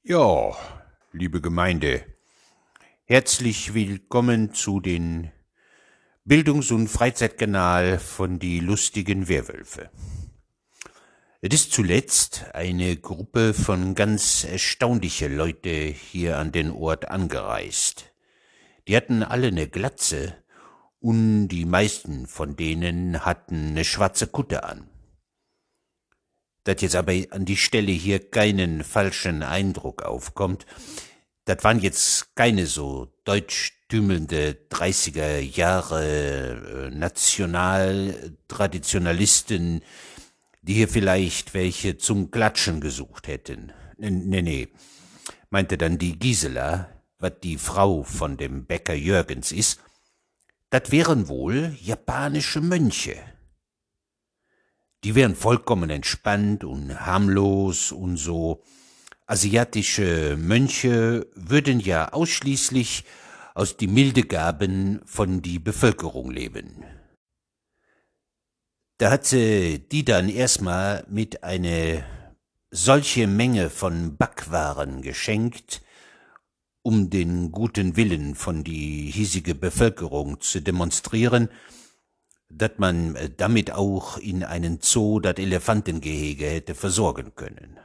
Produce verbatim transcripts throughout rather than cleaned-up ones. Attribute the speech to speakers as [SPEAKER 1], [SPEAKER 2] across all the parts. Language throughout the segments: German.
[SPEAKER 1] Ja, liebe Gemeinde, herzlich willkommen zu den Bildungs- und Freizeitkanal von die lustigen Werwölfe. Es ist zuletzt eine Gruppe von ganz erstaunliche Leute hier an den Ort angereist. Die hatten alle eine Glatze und die meisten von denen hatten eine schwarze Kutte an. Dass jetzt aber an die Stelle hier keinen falschen Eindruck aufkommt, das waren jetzt keine so deutschtümelnde dreißiger Jahre äh, Nationaltraditionalisten, die hier vielleicht welche zum Klatschen gesucht hätten. Nee, nee, meinte dann die Gisela, wat die Frau von dem Bäcker Jürgens is, das wären wohl japanische Mönche. Die wären vollkommen entspannt und harmlos und so. Asiatische Mönche würden ja ausschließlich aus die Mildegaben von die Bevölkerung leben. Da hat sie die dann erstmal mit eine solche Menge von Backwaren geschenkt, um den guten Willen von die hiesige Bevölkerung zu demonstrieren, dass man damit auch in einen Zoo das Elefantengehege hätte versorgen können.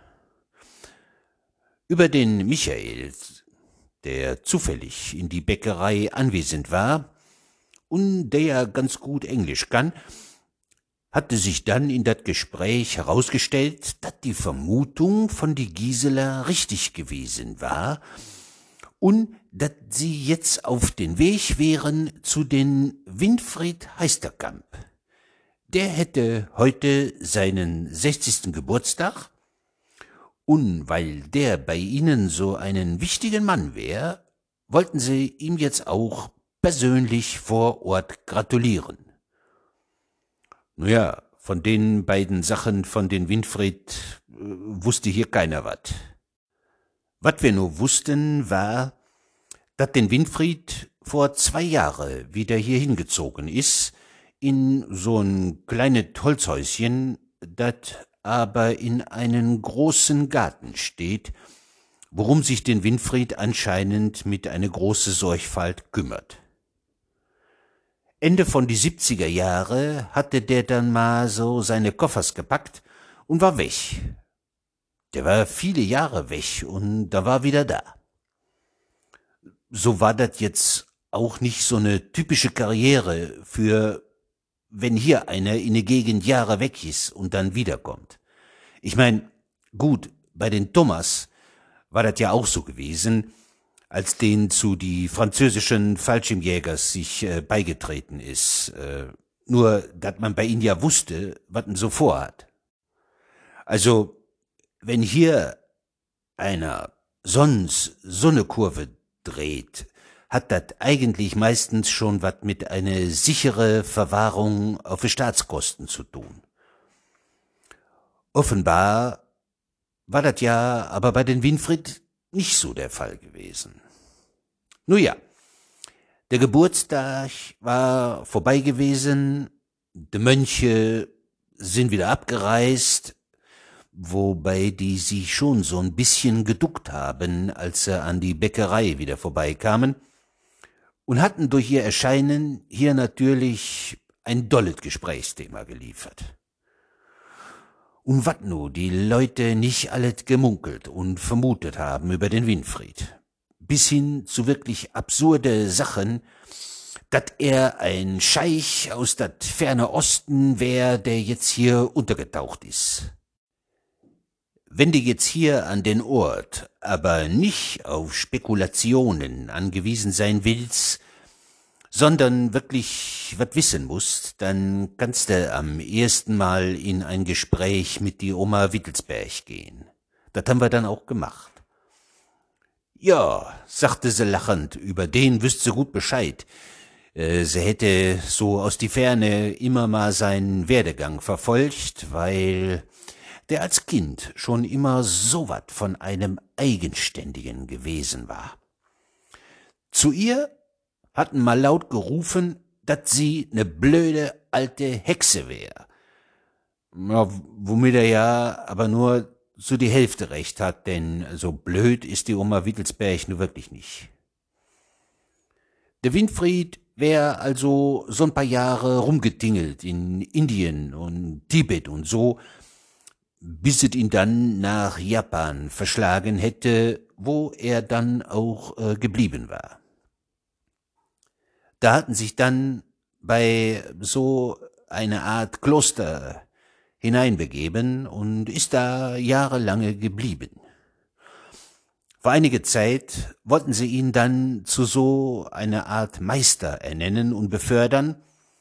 [SPEAKER 1] Über den Michael, der zufällig in die Bäckerei anwesend war und der ja ganz gut Englisch kann, hatte sich dann in das Gespräch herausgestellt, dass die Vermutung von die Gisela richtig gewesen war und dass sie jetzt auf den Weg wären zu den Winfried Heisterkamp. Der hätte heute seinen sechzigsten Geburtstag, und weil der bei ihnen so einen wichtigen Mann wär, wollten sie ihm jetzt auch persönlich vor Ort gratulieren. Naja, von den beiden Sachen von den Winfried äh, wusste hier keiner wat. Wat wir nur wussten, war, dass den Winfried vor zwei Jahre wieder hier hingezogen is, in so'n kleines Holzhäuschen, dat aber in einen großen Garten steht, worum sich den Winfried anscheinend mit eine große Sorgfalt kümmert. Ende von die siebziger Jahre hatte der dann mal so seine Koffers gepackt und war weg. Der war viele Jahre weg und da war wieder da. So war das jetzt auch nicht so eine typische Karriere für, wenn hier einer in ne Gegend Jahre weg ist und dann wiederkommt. Ich mein, gut, bei den Thomas war das ja auch so gewesen, als den zu die französischen Fallschirmjägers sich äh, beigetreten ist. Äh, nur, dass man bei ihnen ja wusste, was man so vorhat. Also, wenn hier einer sonst so eine Kurve dreht, hat das eigentlich meistens schon was mit einer sichere Verwahrung auf die Staatskosten zu tun. Offenbar war das ja aber bei den Winfried nicht so der Fall gewesen. Nun ja, der Geburtstag war vorbei gewesen, die Mönche sind wieder abgereist, wobei die sich schon so ein bisschen geduckt haben, als sie an die Bäckerei wieder vorbeikamen, und hatten durch ihr Erscheinen hier natürlich ein dolles Gesprächsthema geliefert. Und wat nu die Leute nicht alles gemunkelt und vermutet haben über den Winfried, bis hin zu wirklich absurde Sachen, dat er ein Scheich aus dat ferne Osten wär, der jetzt hier untergetaucht is. Wenn du jetzt hier an den Ort aber nicht auf Spekulationen angewiesen sein willst, sondern wirklich wat wissen musst, dann kannst du am ersten Mal in ein Gespräch mit die Oma Wittelsberg gehen. Das haben wir dann auch gemacht. Ja, sagte sie lachend, über den wüsst sie gut Bescheid. Äh, sie hätte so aus die Ferne immer mal seinen Werdegang verfolgt, weil der als Kind schon immer so wat von einem Eigenständigen gewesen war. Zu ihr hatten mal laut gerufen, dass sie ne blöde alte Hexe wär. Ja, womit er ja aber nur so die Hälfte recht hat, denn so blöd ist die Oma Wittelsberg nur wirklich nicht. Der Winfried wär also so ein paar Jahre rumgetingelt in Indien und Tibet und so, bis es ihn dann nach Japan verschlagen hätte, wo er dann auch äh, geblieben war. Da hatten sich dann bei so eine Art Kloster hineinbegeben und ist da jahrelange geblieben. Vor einiger Zeit wollten sie ihn dann zu so einer Art Meister ernennen und befördern,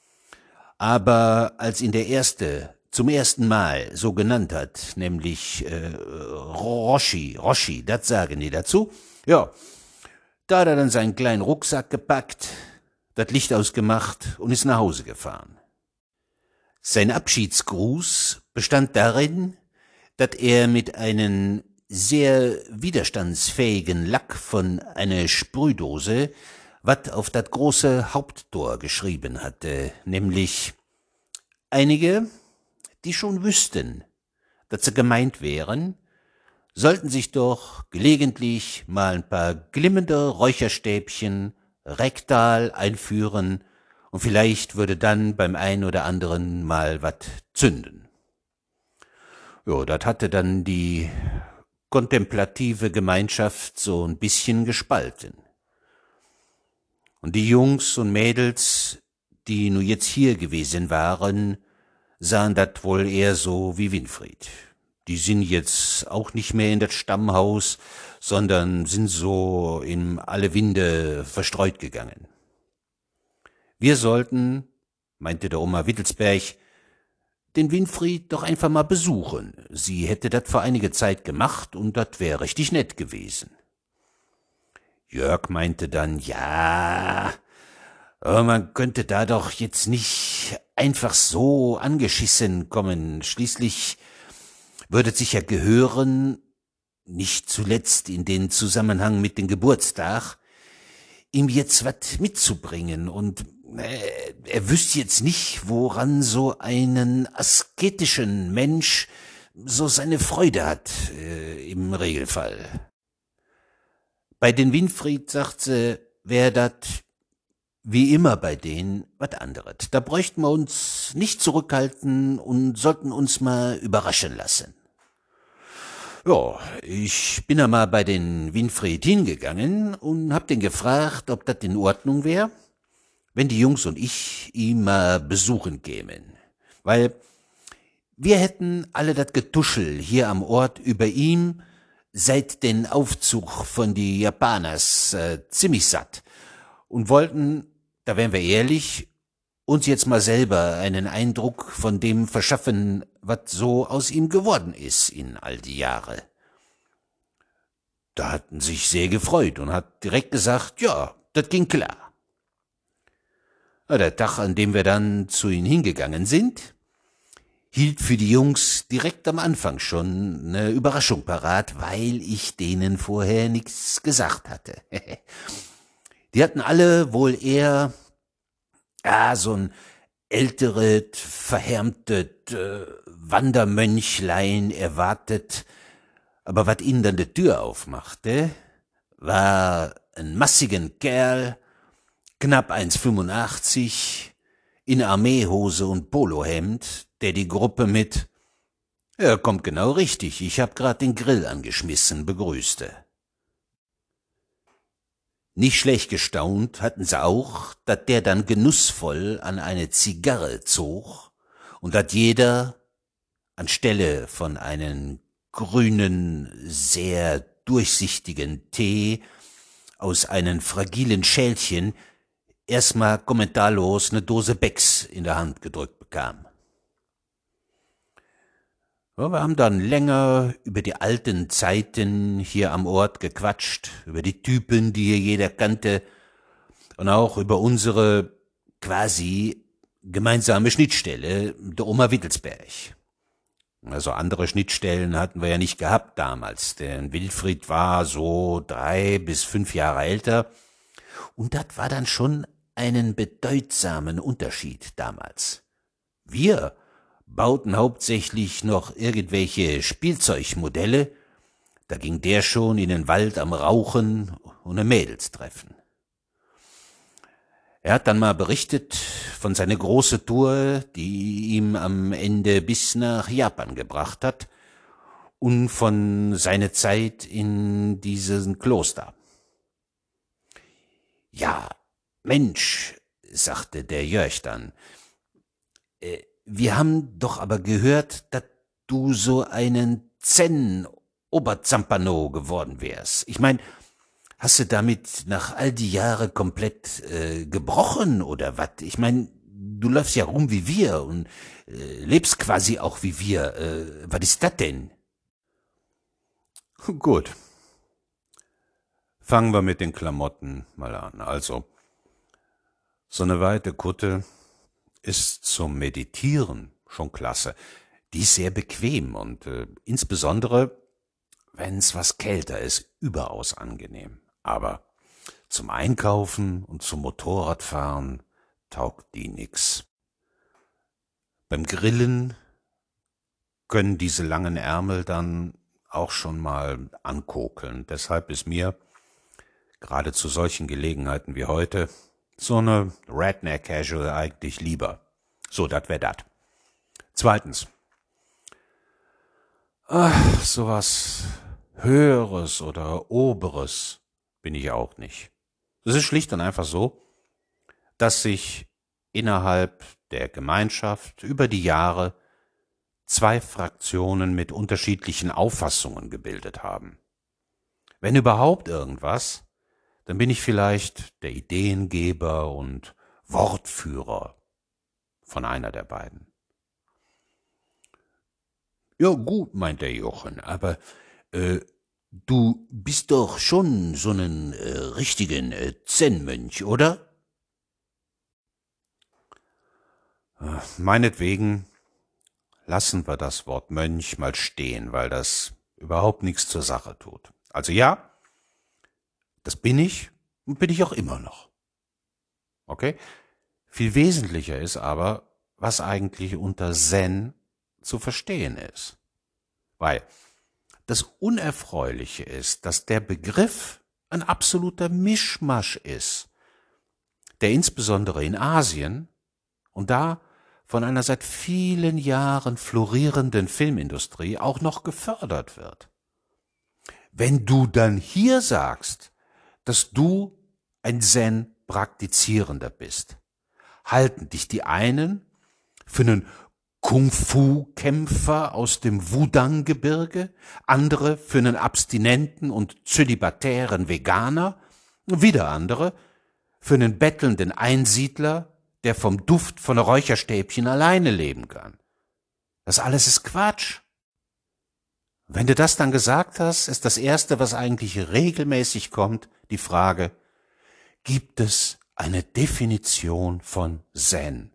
[SPEAKER 1] aber als ihn der Erste zum ersten Mal so genannt hat, nämlich äh, Roshi, Roshi, das sagen die dazu, ja, da hat er dann seinen kleinen Rucksack gepackt, das Licht ausgemacht und ist nach Hause gefahren. Sein Abschiedsgruß bestand darin, dass er mit einem sehr widerstandsfähigen Lack von einer Sprühdose wat auf das große Haupttor geschrieben hatte, nämlich: Einige, die schon wüssten, dass sie gemeint wären, sollten sich doch gelegentlich mal ein paar glimmende Räucherstäbchen rektal einführen und vielleicht würde dann beim einen oder anderen mal wat zünden. Jo, das hatte dann die kontemplative Gemeinschaft so ein bisschen gespalten. Und die Jungs und Mädels, die nur jetzt hier gewesen waren, sahen das wohl eher so wie Winfried. Die sind jetzt auch nicht mehr in das Stammhaus, sondern sind so in alle Winde verstreut gegangen. Wir sollten, meinte der Oma Wittelsberg, den Winfried doch einfach mal besuchen. Sie hätte das vor einiger Zeit gemacht und das wäre richtig nett gewesen. Jörg meinte dann, ja, aber man könnte da doch jetzt nicht einfach so angeschissen kommen. Schließlich würde es sich ja gehören, nicht zuletzt in den Zusammenhang mit dem Geburtstag, ihm jetzt was mitzubringen und äh, er wüsste jetzt nicht, woran so einen asketischen Mensch so seine Freude hat, äh, im Regelfall. Bei den Winfried, sagt sie, wär dat wie immer bei denen was anderes. Da bräuchten wir uns nicht zurückhalten und sollten uns mal überraschen lassen. Ja, ich bin einmal bei den Winfried hingegangen und hab den gefragt, ob das in Ordnung wär, wenn die Jungs und ich ihn mal besuchen kämen. Weil wir hätten alle das Getuschel hier am Ort über ihm seit den Aufzug von die Japaners äh, ziemlich satt und wollten, da wären wir ehrlich, uns jetzt mal selber einen Eindruck von dem verschaffen, was so aus ihm geworden ist in all die Jahre. Da hatten sich sehr gefreut und hat direkt gesagt, ja, das ging klar. Na, der Tag, an dem wir dann zu ihm hingegangen sind, hielt für die Jungs direkt am Anfang schon eine Überraschung parat, weil ich denen vorher nichts gesagt hatte. Die hatten alle wohl eher ah, so ein älteres, verhärmtes äh, Wandermönchlein erwartet, aber wat ihnen dann die Tür aufmachte, war ein massigen Kerl, knapp eins Komma fünfundachtzig, in Armeehose und Polohemd, der die Gruppe mit »Er kommt genau richtig, ich hab grad den Grill angeschmissen« begrüßte. Nicht schlecht gestaunt hatten sie auch, dass der dann genussvoll an eine Zigarre zog und dass jeder anstelle von einem grünen, sehr durchsichtigen Tee aus einem fragilen Schälchen erstmal kommentarlos eine Dose Becks in der Hand gedrückt bekam. Ja, wir haben dann länger über die alten Zeiten hier am Ort gequatscht, über die Typen, die hier jeder kannte und auch über unsere quasi gemeinsame Schnittstelle, der Oma Wittelsberg. Also andere Schnittstellen hatten wir ja nicht gehabt damals, denn Wilfried war so drei bis fünf Jahre älter und das war dann schon einen bedeutsamen Unterschied damals. Wir bauten hauptsächlich noch irgendwelche Spielzeugmodelle. Da ging der schon in den Wald am Rauchen und am Mädels treffen. Er hat dann mal berichtet von seiner großen Tour, die ihm am Ende bis nach Japan gebracht hat, und von seiner Zeit in diesem Kloster. Ja, Mensch, sagte der Jörg dann, äh, wir haben doch aber gehört, dass du so einen Zen-Oberzampano geworden wärst. Ich mein, hast du damit nach all die Jahre komplett äh, gebrochen oder was? Ich mein, du läufst ja rum wie wir und äh, lebst quasi auch wie wir. Äh, was ist das denn? Gut, fangen wir mit den Klamotten mal an. Also, so eine weite Kutte ist zum Meditieren schon klasse. Die ist sehr bequem und äh, insbesondere, wenn's was kälter ist, überaus angenehm. Aber zum Einkaufen und zum Motorradfahren taugt die nix. Beim Grillen können diese langen Ärmel dann auch schon mal ankokeln. Deshalb ist mir, gerade zu solchen Gelegenheiten wie heute, so eine Redneck Casual eigentlich lieber. So, dat wär dat. Zweitens. Ach, sowas Höheres oder Oberes bin ich auch nicht. Es ist schlicht und einfach so, dass sich innerhalb der Gemeinschaft über die Jahre zwei Fraktionen mit unterschiedlichen Auffassungen gebildet haben. Wenn überhaupt irgendwas, dann bin ich vielleicht der Ideengeber und Wortführer von einer der beiden. Ja gut, meint der Jochen, aber äh, du bist doch schon so einen äh, richtigen äh, Zen-Mönch, oder? Äh, meinetwegen lassen wir das Wort Mönch mal stehen, weil das überhaupt nichts zur Sache tut. Also ja, das bin ich und bin ich auch immer noch. Okay? Viel wesentlicher ist aber, was eigentlich unter Zen zu verstehen ist. Weil das Unerfreuliche ist, dass der Begriff ein absoluter Mischmasch ist, der insbesondere in Asien und da von einer seit vielen Jahren florierenden Filmindustrie auch noch gefördert wird. Wenn du dann hier sagst, dass du ein Zen-Praktizierender bist, halten dich die einen für einen Kung-Fu-Kämpfer aus dem Wudang-Gebirge, andere für einen abstinenten und zölibatären Veganer, wieder andere für einen bettelnden Einsiedler, der vom Duft von Räucherstäbchen alleine leben kann. Das alles ist Quatsch. Wenn du das dann gesagt hast, ist das Erste, was eigentlich regelmäßig kommt, die Frage, gibt es eine Definition von Zen?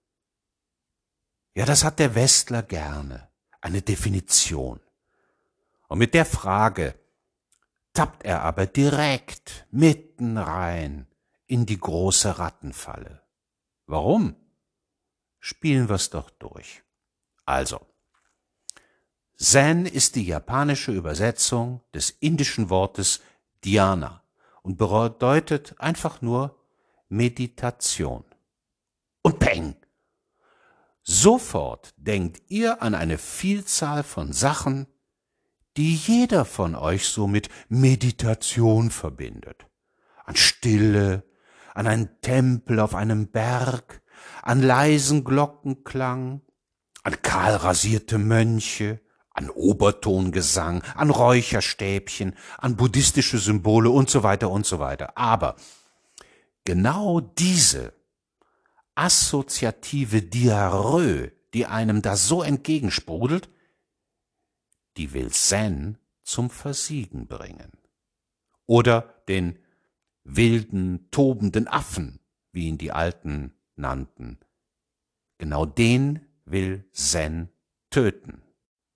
[SPEAKER 1] Ja, das hat der Westler gerne, eine Definition. Und mit der Frage tappt er aber direkt mitten rein in die große Rattenfalle. Warum? Spielen wir's doch durch. Also, Zen ist die japanische Übersetzung des indischen Wortes Dhyana und bedeutet einfach nur Meditation. Und peng! Sofort denkt ihr an eine Vielzahl von Sachen, die jeder von euch so mit Meditation verbindet. An Stille, an einen Tempel auf einem Berg, an leisen Glockenklang, an kahl rasierte Mönche, an Obertongesang, an Räucherstäbchen, an buddhistische Symbole und so weiter und so weiter. Aber genau diese assoziative Diarrhoe, die einem da so entgegensprudelt, die will Zen zum Versiegen bringen. Oder den wilden, tobenden Affen, wie ihn die Alten nannten. Genau den will Zen töten.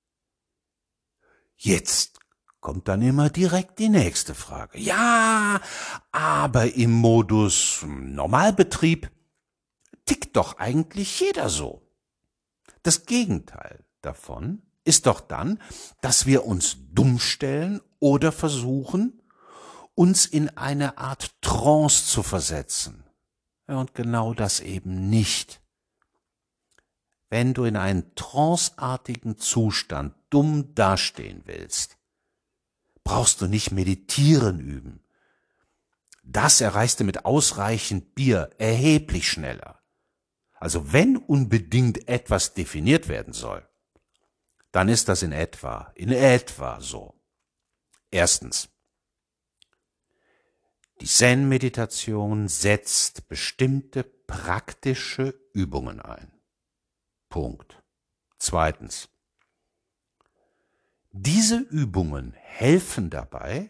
[SPEAKER 1] Jetzt kommt dann immer direkt die nächste Frage. Ja, aber im Modus Normalbetrieb tickt doch eigentlich jeder so. Das Gegenteil davon ist doch dann, dass wir uns dumm stellen oder versuchen, uns in eine Art Trance zu versetzen. Ja, und genau das eben nicht. Wenn du in einem tranceartigen Zustand dumm dastehen willst, brauchst du nicht meditieren üben. Das erreichst du mit ausreichend Bier erheblich schneller. Also wenn unbedingt etwas definiert werden soll, dann ist das in etwa, in etwa so. Erstens, die Zen-Meditation setzt bestimmte praktische Übungen ein. Punkt. Zweitens, diese Übungen helfen dabei,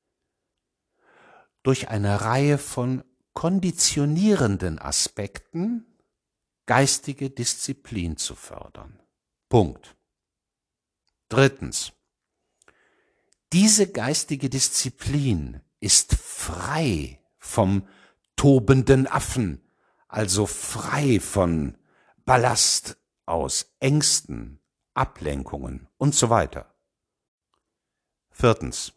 [SPEAKER 1] durch eine Reihe von konditionierenden Aspekten geistige Disziplin zu fördern. Punkt. Drittens, diese geistige Disziplin ist frei vom tobenden Affen, also frei von Ballast aus Ängsten, Ablenkungen und so weiter. Viertens,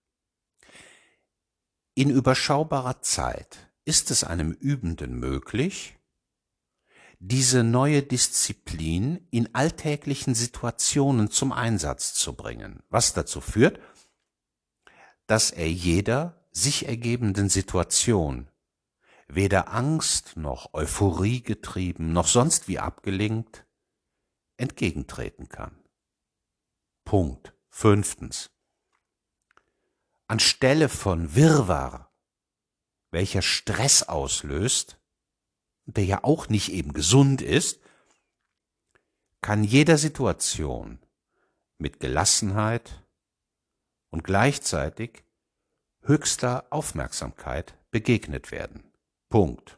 [SPEAKER 1] in überschaubarer Zeit ist es einem Übenden möglich, diese neue Disziplin in alltäglichen Situationen zum Einsatz zu bringen, was dazu führt, dass er jeder sich ergebenden Situation weder Angst noch Euphorie getrieben noch sonst wie abgelenkt entgegentreten kann. Punkt. Fünftens. Anstelle von Wirrwarr, welcher Stress auslöst, der ja auch nicht eben gesund ist, kann jeder Situation mit Gelassenheit und gleichzeitig höchster Aufmerksamkeit begegnet werden. Punkt.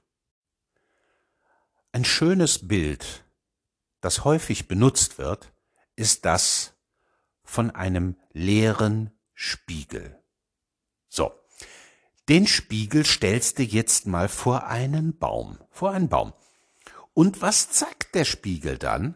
[SPEAKER 1] Ein schönes Bild, das häufig benutzt wird, ist das von einem leeren Spiegel. So, den Spiegel stellst du jetzt mal vor einen Baum, vor einen Baum. Und was zeigt der Spiegel dann?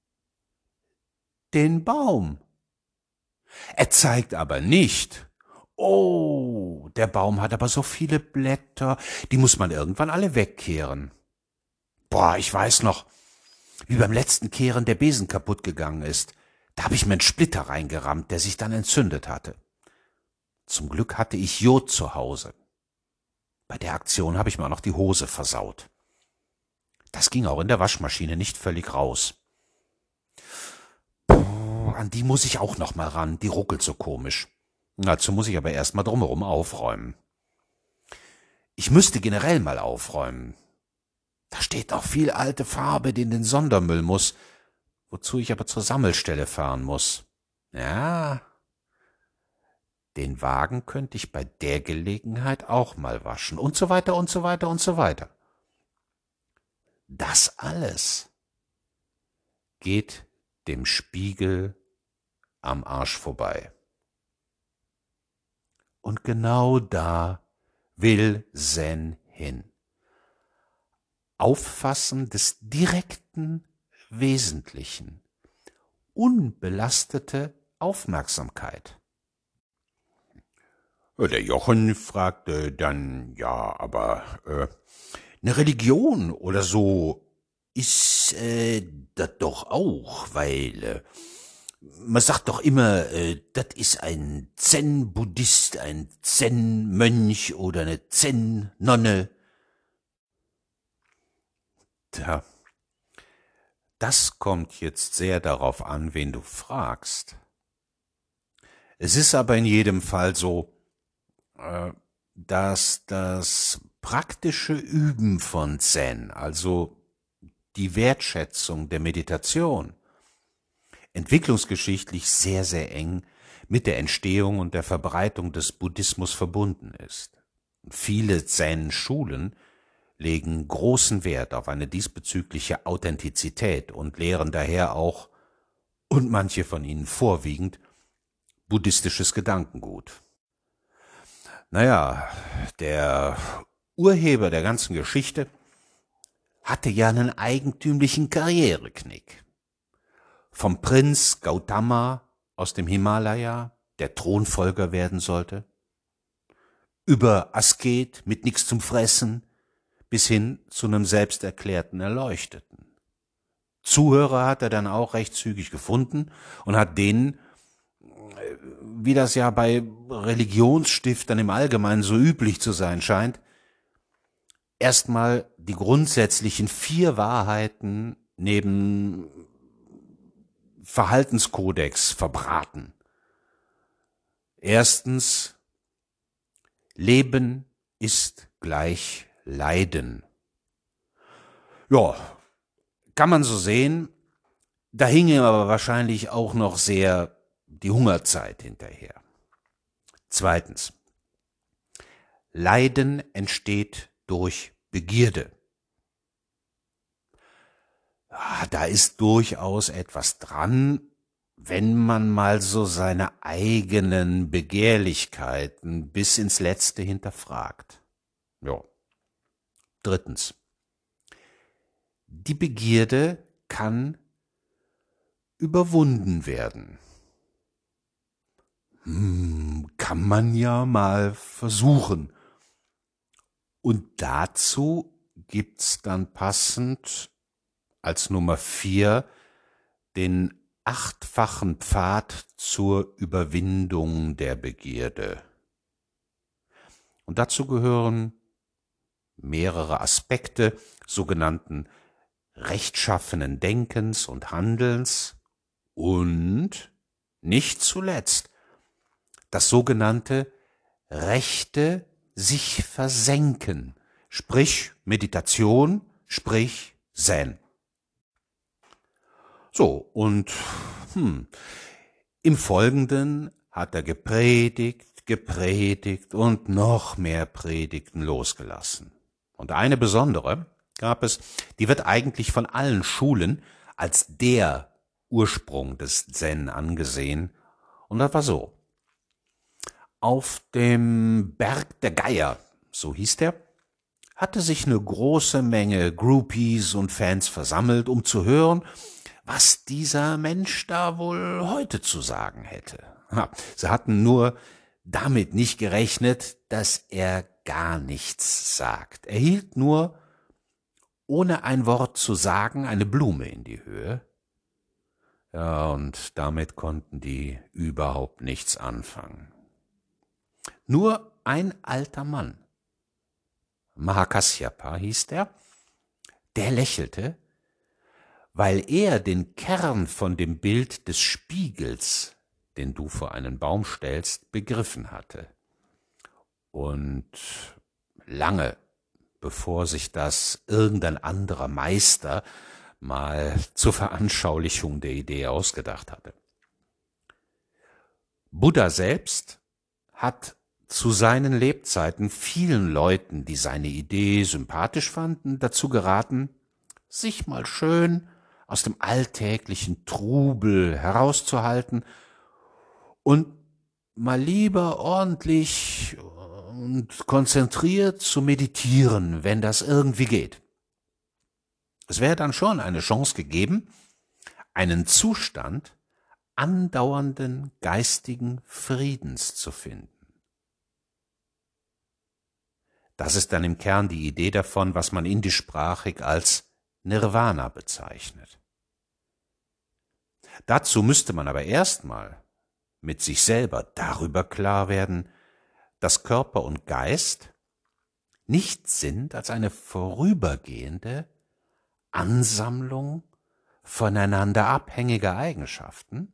[SPEAKER 1] Den Baum. Er zeigt aber nicht, oh, der Baum hat aber so viele Blätter, die muss man irgendwann alle wegkehren. Boah, ich weiß noch, wie beim letzten Kehren der Besen kaputt gegangen ist. Da habe ich mir einen Splitter reingerammt, der sich dann entzündet hatte. Zum Glück hatte ich Jod zu Hause. Bei der Aktion habe ich mir auch noch die Hose versaut. Das ging auch in der Waschmaschine nicht völlig raus. Puh, an die muss ich auch noch mal ran, die ruckelt so komisch. Dazu muss ich aber erst mal drumherum aufräumen. Ich müsste generell mal aufräumen. Da steht noch viel alte Farbe, die in den Sondermüll muss, wozu ich aber zur Sammelstelle fahren muss. Ja, den Wagen könnte ich bei der Gelegenheit auch mal waschen und so weiter und so weiter und so weiter. Das alles geht dem Spiegel am Arsch vorbei. Und genau da will Zen hin. Auffassen des direkten Wesentlichen, unbelastete Aufmerksamkeit. Der Jochen fragte dann, ja, aber äh, eine Religion oder so ist äh, das doch auch, weil äh, man sagt doch immer, äh, das ist ein Zen-Buddhist, ein Zen-Mönch oder eine Zen-Nonne. Tja, das kommt jetzt sehr darauf an, wen du fragst. Es ist aber in jedem Fall so, äh, dass das praktische Üben von Zen, also die Wertschätzung der Meditation, entwicklungsgeschichtlich sehr, sehr eng mit der Entstehung und der Verbreitung des Buddhismus verbunden ist. Viele Zen-Schulen legen großen Wert auf eine diesbezügliche Authentizität und lehren daher auch, und manche von ihnen vorwiegend, buddhistisches Gedankengut. Naja, der Urheber der ganzen Geschichte hatte ja einen eigentümlichen Karriereknick. vom Prinz Gautama aus dem Himalaya, der Thronfolger werden sollte, über Asket mit nichts zum Fressen bis hin zu einem selbsterklärten Erleuchteten. Zuhörer hat er dann auch recht zügig gefunden und hat denen, wie das ja bei Religionsstiftern im Allgemeinen so üblich zu sein scheint, erstmal die grundsätzlichen vier Wahrheiten neben Verhaltenskodex verbraten. Erstens, Leben ist gleich Leiden. Ja, kann man so sehen, da hing ihm aber wahrscheinlich auch noch sehr die Hungerzeit hinterher. Zweitens, Leiden entsteht durch Begierde. Ja, da ist durchaus etwas dran, wenn man mal so seine eigenen Begehrlichkeiten bis ins Letzte hinterfragt. Ja. Drittens, die Begierde kann überwunden werden. Hm, kann man ja mal versuchen. Und dazu gibt's dann passend als Nummer vier den achtfachen Pfad zur Überwindung der Begierde. Und dazu gehören mehrere Aspekte sogenannten rechtschaffenen Denkens und Handelns und nicht zuletzt das sogenannte rechte sich versenken, sprich Meditation, sprich Zen. So, und hm, im Folgenden hat er gepredigt, gepredigt und noch mehr Predigten losgelassen. Und eine besondere gab es, die wird eigentlich von allen Schulen als der Ursprung des Zen angesehen. Und das war so. Auf dem Berg der Geier, so hieß der, hatte sich eine große Menge Groupies und Fans versammelt, um zu hören, was dieser Mensch da wohl heute zu sagen hätte. Ha, sie hatten nur damit nicht gerechnet, dass er gar nichts sagt. Er hielt nur, ohne ein Wort zu sagen, eine Blume in die Höhe. Ja, und damit konnten die überhaupt nichts anfangen. Nur ein alter Mann, Mahakasyapa hieß der, der lächelte, weil er den Kern von dem Bild des Spiegels, den du vor einen Baum stellst, begriffen hatte. Und lange bevor sich das irgendein anderer Meister mal zur Veranschaulichung der Idee ausgedacht hatte. Buddha selbst hat zu seinen Lebzeiten vielen Leuten, die seine Idee sympathisch fanden, dazu geraten, sich mal schön aus dem alltäglichen Trubel herauszuhalten und mal lieber ordentlich und konzentriert zu meditieren, wenn das irgendwie geht. Es wäre dann schon eine Chance gegeben, einen Zustand andauernden geistigen Friedens zu finden. Das ist dann im Kern die Idee davon, was man indischsprachig als Nirvana bezeichnet. Dazu müsste man aber erstmal mit sich selber darüber klar werden, dass Körper und Geist nichts sind als eine vorübergehende Ansammlung voneinander abhängiger Eigenschaften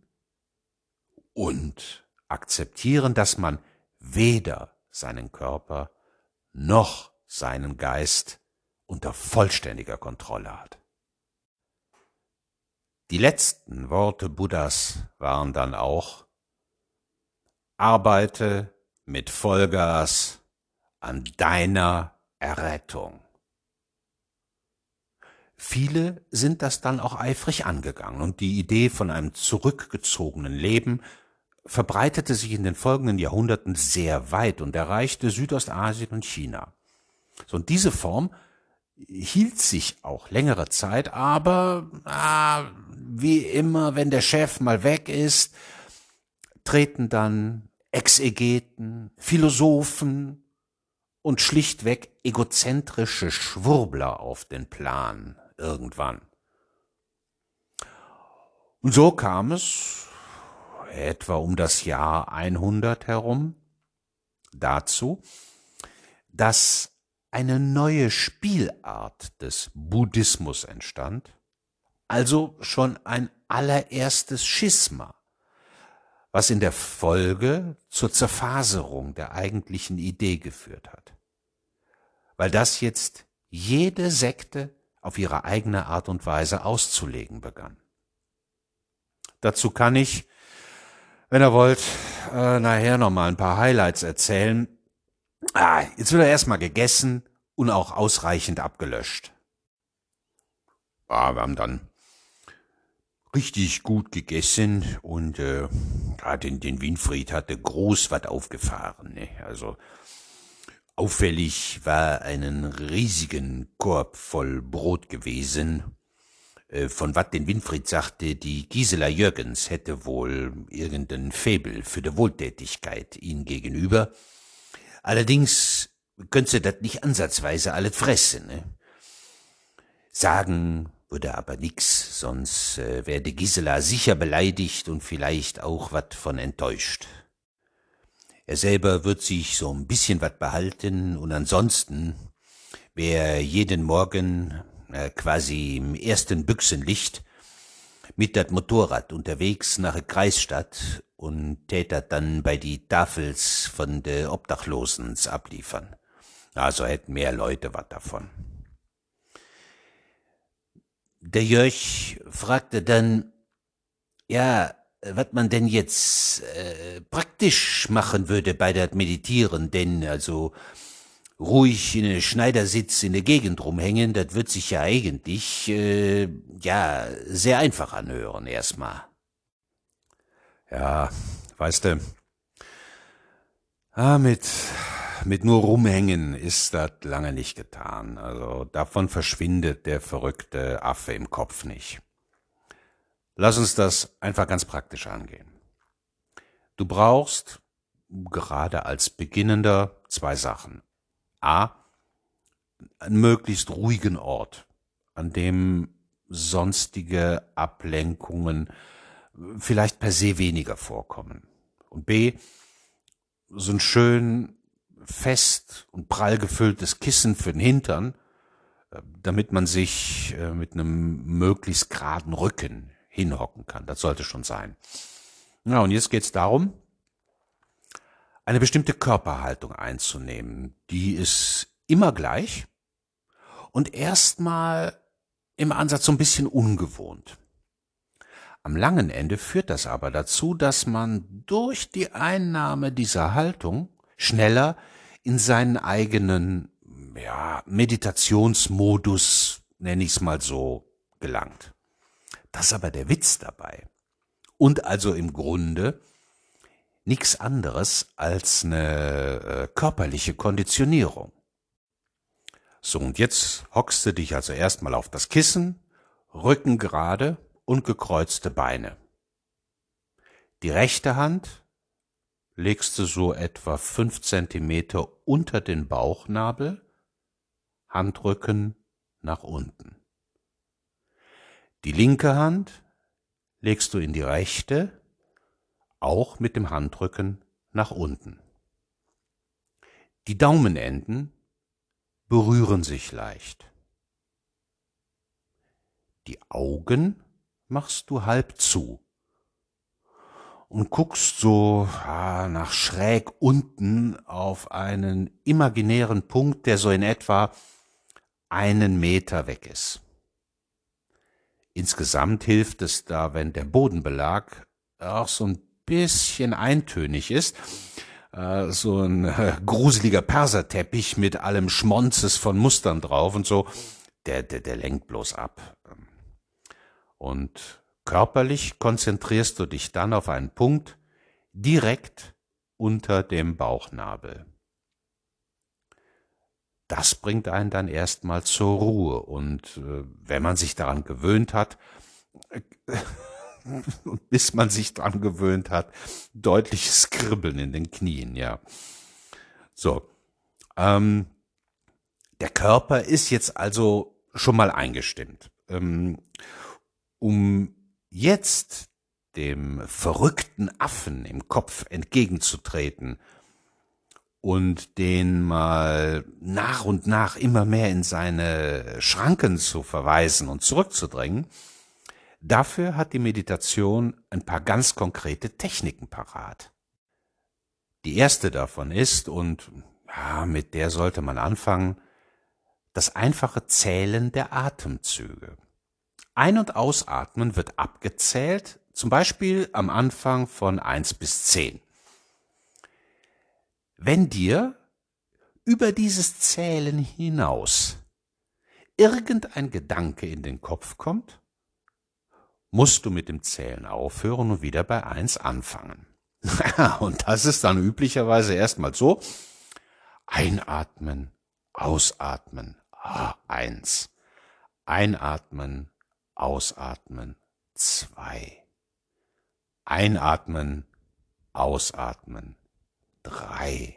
[SPEAKER 1] und akzeptieren, dass man weder seinen Körper noch seinen Geist unter vollständiger Kontrolle hat. Die letzten Worte Buddhas waren dann auch: Arbeite mit Vollgas an deiner Errettung. Viele sind das dann auch eifrig angegangen und die Idee von einem zurückgezogenen Leben verbreitete sich in den folgenden Jahrhunderten sehr weit und erreichte Südostasien und China. So, und diese Form hielt sich auch längere Zeit, aber ah, wie immer, wenn der Chef mal weg ist, treten dann Exegeten, Philosophen und schlichtweg egozentrische Schwurbler auf den Plan irgendwann. Und so kam es, etwa um das Jahr hundert herum, dazu, dass eine neue Spielart des Buddhismus entstand, also schon ein allererstes Schisma, was in der Folge zur Zerfaserung der eigentlichen Idee geführt hat. Weil das jetzt jede Sekte auf ihre eigene Art und Weise auszulegen begann. Dazu kann ich, wenn ihr wollt, äh, nachher nochmal ein paar Highlights erzählen. Ah, jetzt wird er erstmal gegessen und auch ausreichend abgelöscht. Ah, wir haben dann richtig gut gegessen und äh, ja, den, den Winfried hatte groß was aufgefahren. Ne? Also auffällig war einen riesigen Korb voll Brot gewesen, äh, von wat den Winfried sagte, die Gisela Jürgens hätte wohl irgendein Faible für die Wohltätigkeit ihm gegenüber. Allerdings könnt sie dat nicht ansatzweise alles fressen. Ne? Sagen würde aber nix, sonst äh, werde Gisela sicher beleidigt und vielleicht auch wat von enttäuscht. Er selber wird sich so ein bisschen wat behalten und ansonsten wär jeden Morgen äh, quasi im ersten Büchsenlicht mit dat Motorrad unterwegs nach der Kreisstadt und tät dat dann bei die Tafels von de Obdachlosens abliefern. Also hätten mehr Leute wat davon. Der Jörg fragte dann, ja, wat man denn jetzt äh, praktisch machen würde bei dat Meditieren, denn also ruhig in den Schneidersitz in der Gegend rumhängen, das wird sich ja eigentlich, äh, ja, sehr einfach anhören erstmal. Ja, weißt du, ah, mit, mit nur rumhängen ist das lange nicht getan. Also davon verschwindet der verrückte Affe im Kopf nicht. Lass uns das einfach ganz praktisch angehen. Du brauchst, gerade als Beginnender, zwei Sachen. A, einen möglichst ruhigen Ort, an dem sonstige Ablenkungen vielleicht per se weniger vorkommen. Und B, so ein schön fest und prall gefülltes Kissen für den Hintern, damit man sich mit einem möglichst geraden Rücken hinhocken kann. Das sollte schon sein. Ja, und jetzt geht's darum, eine bestimmte Körperhaltung einzunehmen. Die ist immer gleich und erstmal im Ansatz so ein bisschen ungewohnt. Am langen Ende führt das aber dazu, dass man durch die Einnahme dieser Haltung schneller in seinen eigenen, ja, Meditationsmodus, nenne ich es mal so, gelangt. Das ist aber der Witz dabei. Und also im Grunde nichts anderes als eine äh, körperliche Konditionierung. So, und jetzt hockst du dich also erstmal auf das Kissen, Rücken gerade und gekreuzte Beine. Die rechte Hand legst du so etwa fünf Zentimeter unter den Bauchnabel, Handrücken nach unten. Die linke Hand legst du in die rechte, auch mit dem Handrücken nach unten. Die Daumenenden berühren sich leicht. Die Augen machst du halb zu und guckst so ah, nach schräg unten auf einen imaginären Punkt, der so in etwa einen Meter weg ist. Insgesamt hilft es da, wenn der Bodenbelag auch so ein bisschen eintönig ist, äh, so ein äh, gruseliger Perserteppich mit allem Schmonzes von Mustern drauf und so, der, der, der lenkt bloß ab. Und körperlich konzentrierst du dich dann auf einen Punkt direkt unter dem Bauchnabel. das bringt einen dann erstmal zur Ruhe. Und äh, wenn man sich daran gewöhnt hat, äh, bis man sich daran gewöhnt hat, deutliches Kribbeln in den Knien, ja. So, ähm, der Körper ist jetzt also schon mal eingestimmt. Ähm, um jetzt dem verrückten Affen im Kopf entgegenzutreten und den mal nach und nach immer mehr in seine Schranken zu verweisen und zurückzudrängen, dafür hat die Meditation ein paar ganz konkrete Techniken parat. Die erste davon ist, und ja, mit der sollte man anfangen, das einfache Zählen der Atemzüge. Ein- und Ausatmen wird abgezählt, zum Beispiel am Anfang von eins bis zehn. Wenn dir über dieses Zählen hinaus irgendein Gedanke in den Kopf kommt, musst du mit dem Zählen aufhören und wieder bei eins anfangen. Und das ist dann üblicherweise erstmal so: Einatmen, ausatmen, ah, eins. Einatmen, ausatmen, zwei. Einatmen, ausatmen, drei.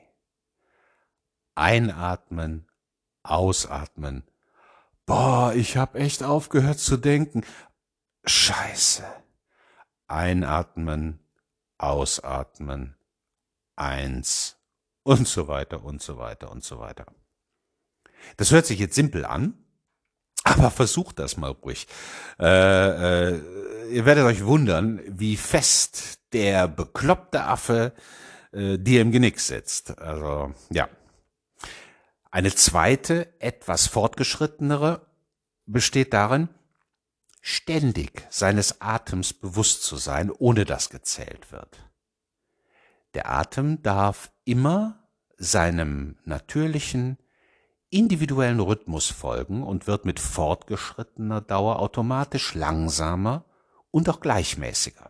[SPEAKER 1] Einatmen, ausatmen. Boah, ich hab echt aufgehört zu denken. Scheiße. Einatmen, ausatmen, eins und so weiter und so weiter und so weiter. Das hört sich jetzt simpel an, aber versucht das mal ruhig. Äh, äh, ihr werdet euch wundern, wie fest der bekloppte Affe äh, dir im Genick sitzt. Also, ja. Eine zweite, etwas fortgeschrittenere besteht darin, ständig seines Atems bewusst zu sein, ohne dass gezählt wird. Der Atem darf immer seinem natürlichen, individuellen Rhythmus folgen und wird mit fortgeschrittener Dauer automatisch langsamer und auch gleichmäßiger.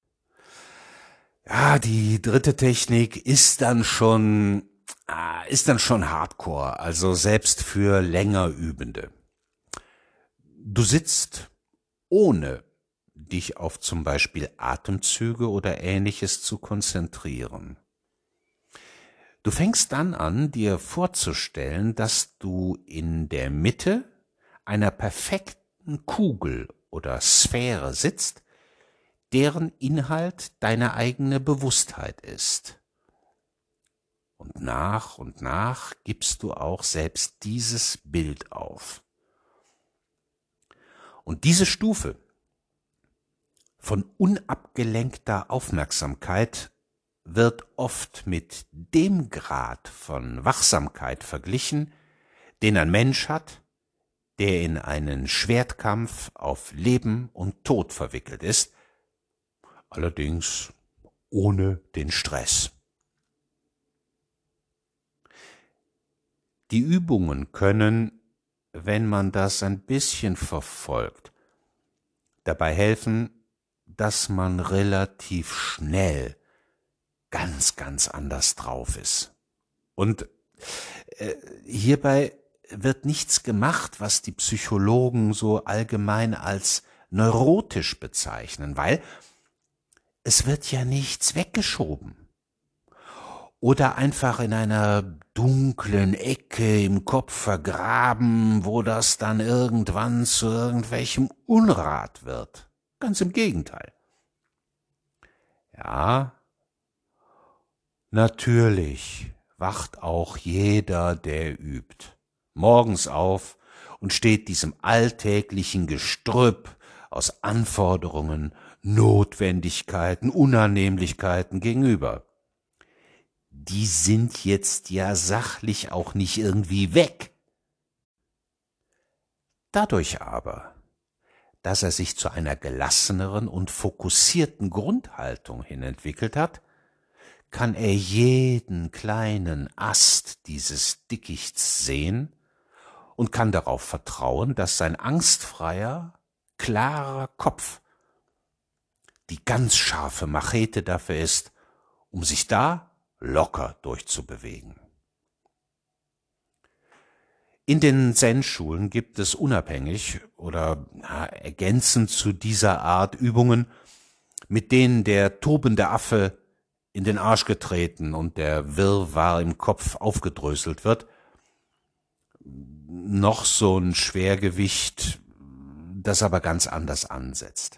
[SPEAKER 1] Ja, die dritte Technik ist dann schon, ah, ist dann schon Hardcore, also selbst für länger Übende. Du sitzt, ohne dich auf zum Beispiel Atemzüge oder Ähnliches zu konzentrieren. Du fängst dann an, dir vorzustellen, dass du in der Mitte einer perfekten Kugel oder Sphäre sitzt, deren Inhalt deine eigene Bewusstheit ist. Und nach und nach gibst du auch selbst dieses Bild auf. Und diese Stufe von unabgelenkter Aufmerksamkeit wird oft mit dem Grad von Wachsamkeit verglichen, den ein Mensch hat, der in einen Schwertkampf auf Leben und Tod verwickelt ist, allerdings ohne den Stress. Die Übungen können, wenn man das ein bisschen verfolgt, dabei helfen, dass man relativ schnell ganz, ganz anders drauf ist. Und äh, hierbei wird nichts gemacht, was die Psychologen so allgemein als neurotisch bezeichnen, weil es wird ja nichts weggeschoben oder einfach in einer dunklen Ecke im Kopf vergraben, wo das dann irgendwann zu irgendwelchem Unrat wird. Ganz im Gegenteil. Ja, natürlich wacht auch jeder, der übt, morgens auf und steht diesem alltäglichen Gestrüpp aus Anforderungen, Notwendigkeiten, Unannehmlichkeiten gegenüber. Die sind jetzt ja sachlich auch nicht irgendwie weg. Dadurch aber, dass er sich zu einer gelasseneren und fokussierten Grundhaltung hin entwickelt hat, kann er jeden kleinen Ast dieses Dickichts sehen und kann darauf vertrauen, dass sein angstfreier, klarer Kopf die ganz scharfe Machete dafür ist, um sich da locker durchzubewegen. In den Zen-Schulen gibt es unabhängig oder na, ergänzend zu dieser Art Übungen, mit denen der tobende Affe in den Arsch getreten und der Wirrwarr im Kopf aufgedröselt wird, noch so ein Schwergewicht, das aber ganz anders ansetzt.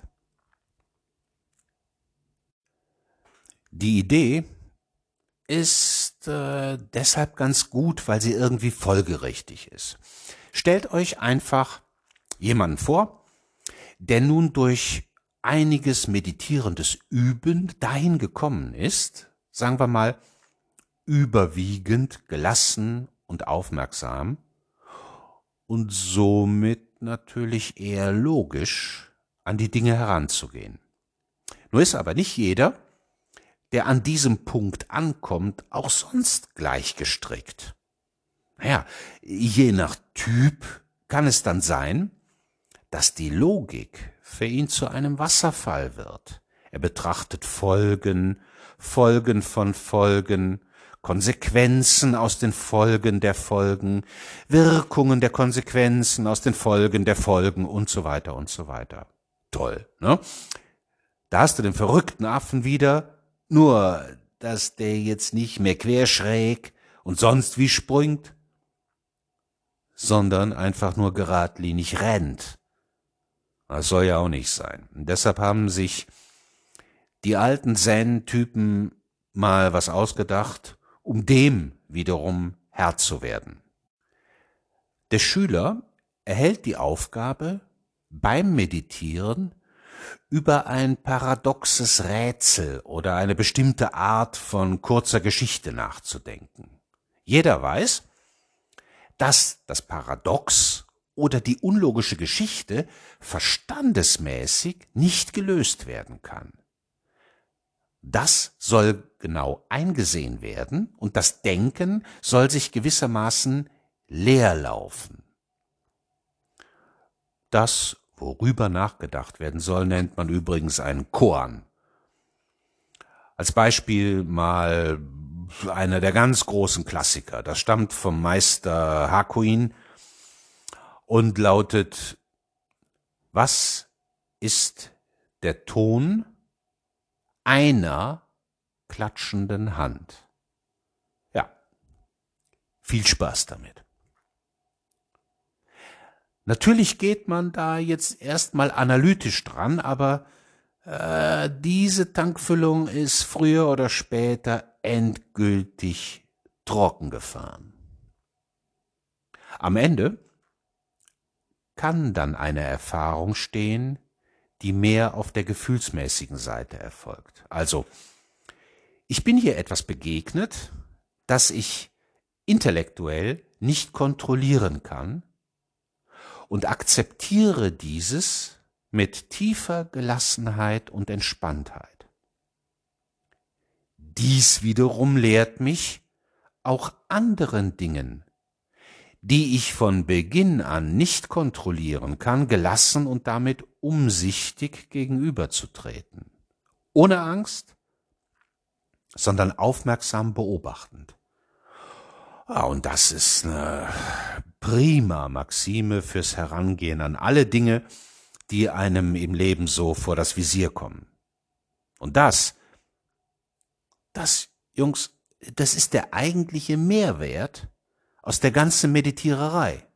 [SPEAKER 1] Die Idee ist äh, deshalb ganz gut, weil sie irgendwie folgerichtig ist. Stellt euch einfach jemanden vor, der nun durch einiges meditierendes Üben dahin gekommen ist, sagen wir mal, überwiegend gelassen und aufmerksam und somit natürlich eher logisch an die Dinge heranzugehen. Nur ist aber nicht jeder, der an diesem Punkt ankommt, auch sonst gleich gestrickt. Naja, je nach Typ kann es dann sein, dass die Logik für ihn zu einem Wasserfall wird. Er betrachtet Folgen, Folgen von Folgen, Konsequenzen aus den Folgen der Folgen, Wirkungen der Konsequenzen aus den Folgen der Folgen und so weiter und so weiter. Toll, ne? Da hast du den verrückten Affen wieder, nur dass der jetzt nicht mehr querschräg und sonst wie springt, sondern einfach nur geradlinig rennt. Das soll ja auch nicht sein. Und deshalb haben sich die alten Zen-Typen mal was ausgedacht, um dem wiederum Herr zu werden. Der Schüler erhält die Aufgabe, beim Meditieren über ein paradoxes Rätsel oder eine bestimmte Art von kurzer Geschichte nachzudenken. Jeder weiß, dass das Paradox oder die unlogische Geschichte verstandesmäßig nicht gelöst werden kann. Das soll genau eingesehen werden und das Denken soll sich gewissermaßen leerlaufen. Das, worüber nachgedacht werden soll, nennt man übrigens einen Koan. Als Beispiel mal einer der ganz großen Klassiker. Das stammt vom Meister Hakuin und lautet: Was ist der Ton einer klatschenden Hand? Ja, viel Spaß damit. Natürlich geht man da jetzt erstmal analytisch dran, aber äh, diese Tankfüllung ist früher oder später endgültig trocken gefahren. Am Ende kann dann eine Erfahrung stehen, die mehr auf der gefühlsmäßigen Seite erfolgt. Also, ich bin hier etwas begegnet, das ich intellektuell nicht kontrollieren kann und akzeptiere dieses mit tiefer Gelassenheit und Entspanntheit. Dies wiederum lehrt mich, auch anderen Dingen, die ich von Beginn an nicht kontrollieren kann, gelassen und damit umsichtig gegenüberzutreten. Ohne Angst, sondern aufmerksam beobachtend. Ah, und das ist eine prima Maxime fürs Herangehen an alle Dinge, die einem im Leben so vor das Visier kommen. Und das, das, Jungs, das ist der eigentliche Mehrwert aus der ganzen Meditiererei.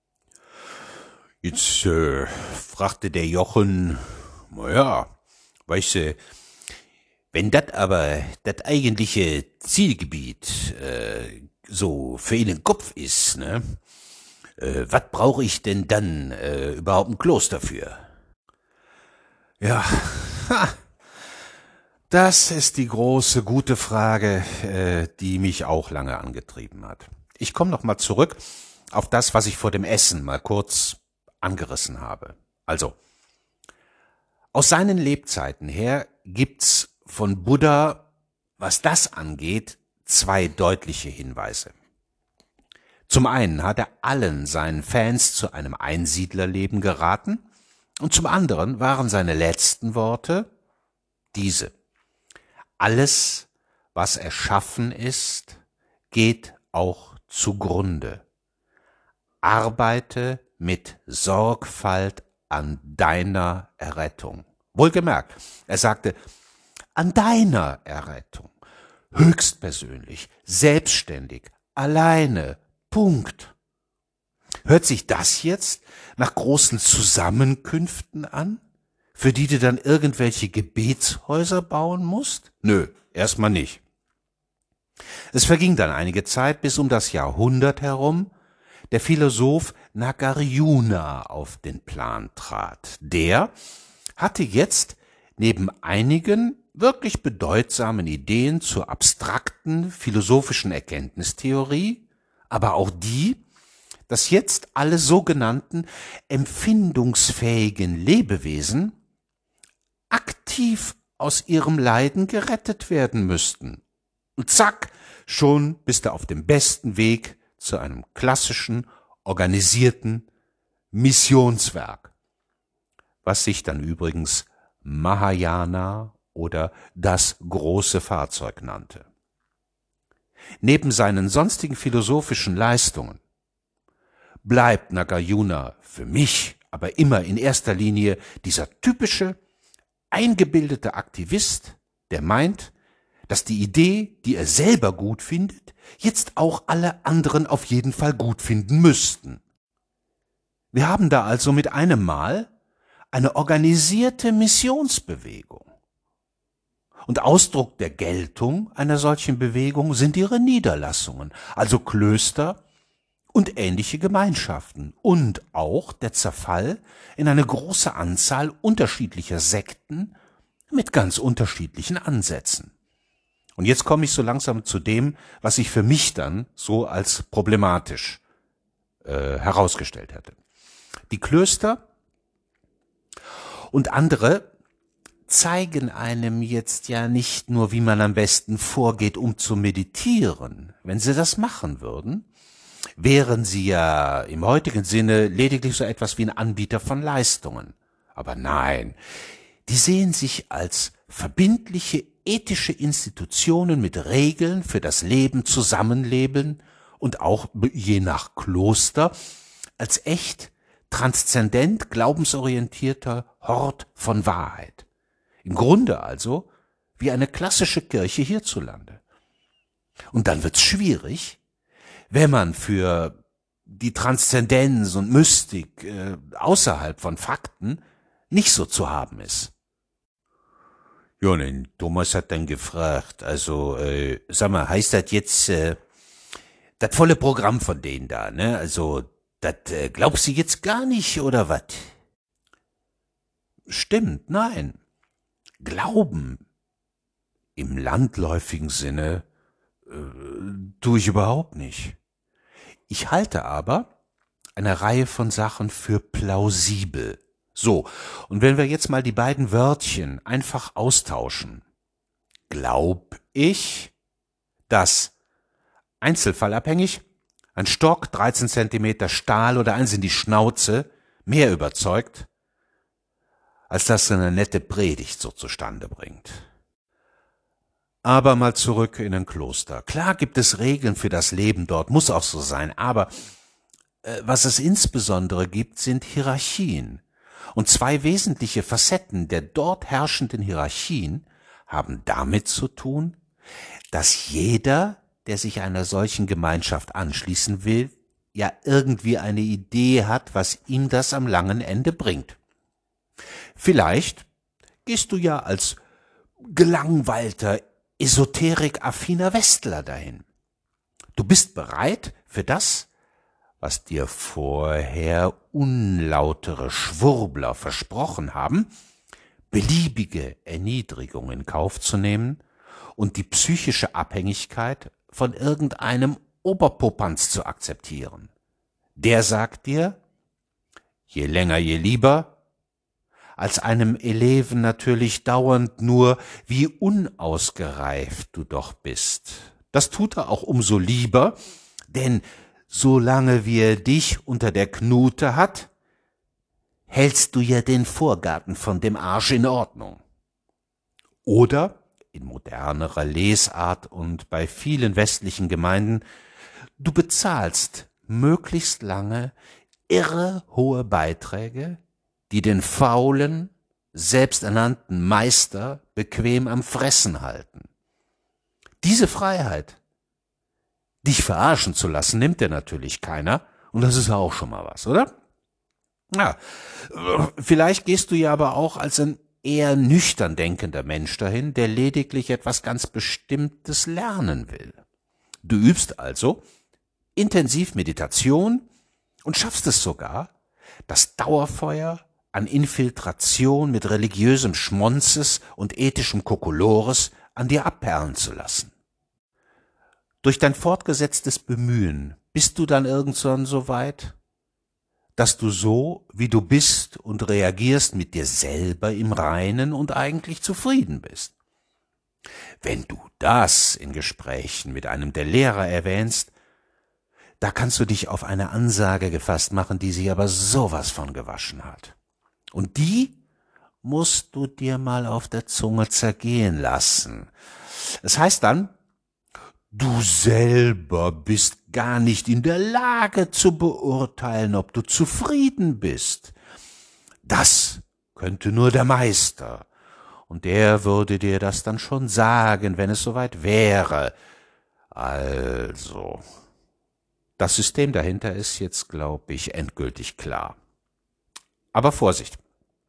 [SPEAKER 1] Jetzt äh, fragte der Jochen, naja, weißt du, wenn das aber das eigentliche Zielgebiet äh, so für ihn im Kopf ist, ne, äh, was brauche ich denn dann äh, überhaupt ein Kloster für? Ja, ha, das ist die große, gute Frage, äh, die mich auch lange angetrieben hat. Ich komme noch mal zurück auf das, was ich vor dem Essen mal kurz angerissen habe. Also, aus seinen Lebzeiten her gibt's von Buddha, was das angeht, zwei deutliche Hinweise. Zum einen hat er allen seinen Fans zu einem Einsiedlerleben geraten und zum anderen waren seine letzten Worte diese: Alles, was erschaffen ist, geht auch zugrunde. arbeite mit Sorgfalt an deiner Errettung. Wohlgemerkt, er sagte, an deiner Errettung, höchstpersönlich, selbstständig, alleine, Punkt. Hört sich das jetzt nach großen Zusammenkünften an, für die du dann irgendwelche Gebetshäuser bauen musst? Nö, erstmal nicht. Es verging dann einige Zeit, bis um das Jahrhundert herum der Philosoph Nagarjuna auf den Plan trat. Der hatte jetzt neben einigen wirklich bedeutsamen Ideen zur abstrakten philosophischen Erkenntnistheorie, aber auch die, dass jetzt alle sogenannten empfindungsfähigen Lebewesen aktiv aus ihrem Leiden gerettet werden müssten. Und zack, schon bist du auf dem besten Weg zu einem klassischen, organisierten Missionswerk, was sich dann übrigens Mahayana oder das große Fahrzeug nannte. Neben seinen sonstigen philosophischen Leistungen bleibt Nagarjuna für mich aber immer in erster Linie dieser typische, eingebildete Aktivist, der meint, dass die Idee, die er selber gut findet, jetzt auch alle anderen auf jeden Fall gut finden müssten. Wir haben da also mit einem Mal eine organisierte Missionsbewegung. Und Ausdruck der Geltung einer solchen Bewegung sind ihre Niederlassungen, also Klöster und ähnliche Gemeinschaften und auch der Zerfall in eine große Anzahl unterschiedlicher Sekten mit ganz unterschiedlichen Ansätzen. Und jetzt komme ich so langsam zu dem, was sich für mich dann so als problematisch äh, herausgestellt hatte. Die Klöster und andere zeigen einem jetzt ja nicht nur, wie man am besten vorgeht, um zu meditieren. Wenn sie das machen würden, wären sie ja im heutigen Sinne lediglich so etwas wie ein Anbieter von Leistungen. Aber nein, die sehen sich als verbindliche ethische Institutionen mit Regeln für das Leben, Zusammenleben und auch je nach Kloster als echt transzendent glaubensorientierter Hort von Wahrheit. Im Grunde also wie eine klassische Kirche hierzulande. Und dann wird's schwierig, wenn man für die Transzendenz und Mystik äh, außerhalb von Fakten nicht so zu haben ist. Ja, denn Thomas hat dann gefragt, also, äh, sag mal, heißt das jetzt, äh, das volle Programm von denen da, ne? Also, das äh, glaubst du jetzt gar nicht, oder was? Stimmt, nein. Glauben im landläufigen Sinne äh, tue ich überhaupt nicht. Ich halte aber eine Reihe von Sachen für plausibel. So, und wenn wir jetzt mal die beiden Wörtchen einfach austauschen. Glaub ich, dass einzelfallabhängig ein Stock, dreizehn Zentimeter Stahl oder eins in die Schnauze mehr überzeugt, als dass eine nette Predigt so zustande bringt. Aber mal zurück in ein Kloster. Klar gibt es Regeln für das Leben dort, muss auch so sein, aber äh, was es insbesondere gibt, sind Hierarchien. Und zwei wesentliche Facetten der dort herrschenden Hierarchien haben damit zu tun, dass jeder, der sich einer solchen Gemeinschaft anschließen will, ja irgendwie eine Idee hat, was ihm das am langen Ende bringt. Vielleicht gehst du ja als gelangweilter, esoterik-affiner Westler dahin. Du bist bereit für das, was dir vorher unlautere Schwurbler versprochen haben, beliebige Erniedrigung in Kauf zu nehmen und die psychische Abhängigkeit von irgendeinem Oberpopanz zu akzeptieren. Der sagt dir, je länger je lieber, als einem Eleven natürlich dauernd nur, wie unausgereift du doch bist. Das tut er auch umso lieber, denn solange wie er dich unter der Knute hat, hältst du ja den Vorgarten von dem Arsch in Ordnung. Oder, in modernerer Lesart und bei vielen westlichen Gemeinden, du bezahlst möglichst lange irre hohe Beiträge, die den faulen, selbsternannten Meister bequem am Fressen halten. Diese Freiheit, dich verarschen zu lassen, nimmt dir natürlich keiner, und das ist ja auch schon mal was, oder? Ja, vielleicht gehst du ja aber auch als ein eher nüchtern denkender Mensch dahin, der lediglich etwas ganz Bestimmtes lernen will. Du übst also intensiv Meditation und schaffst es sogar, das Dauerfeuer an Infiltration mit religiösem Schmonzes und ethischem Kokolores an dir abperlen zu lassen. Durch dein fortgesetztes Bemühen bist du dann irgendwann so weit, dass du so, wie du bist und reagierst, mit dir selber im Reinen und eigentlich zufrieden bist. Wenn du das in Gesprächen mit einem der Lehrer erwähnst, da kannst du dich auf eine Ansage gefasst machen, die sich aber sowas von gewaschen hat. Und die musst du dir mal auf der Zunge zergehen lassen. Das heißt dann, du selber bist gar nicht in der Lage zu beurteilen, ob du zufrieden bist. Das könnte nur der Meister, und der würde dir das dann schon sagen, wenn es soweit wäre. Also, das System dahinter ist jetzt, glaube ich, endgültig klar. Aber Vorsicht!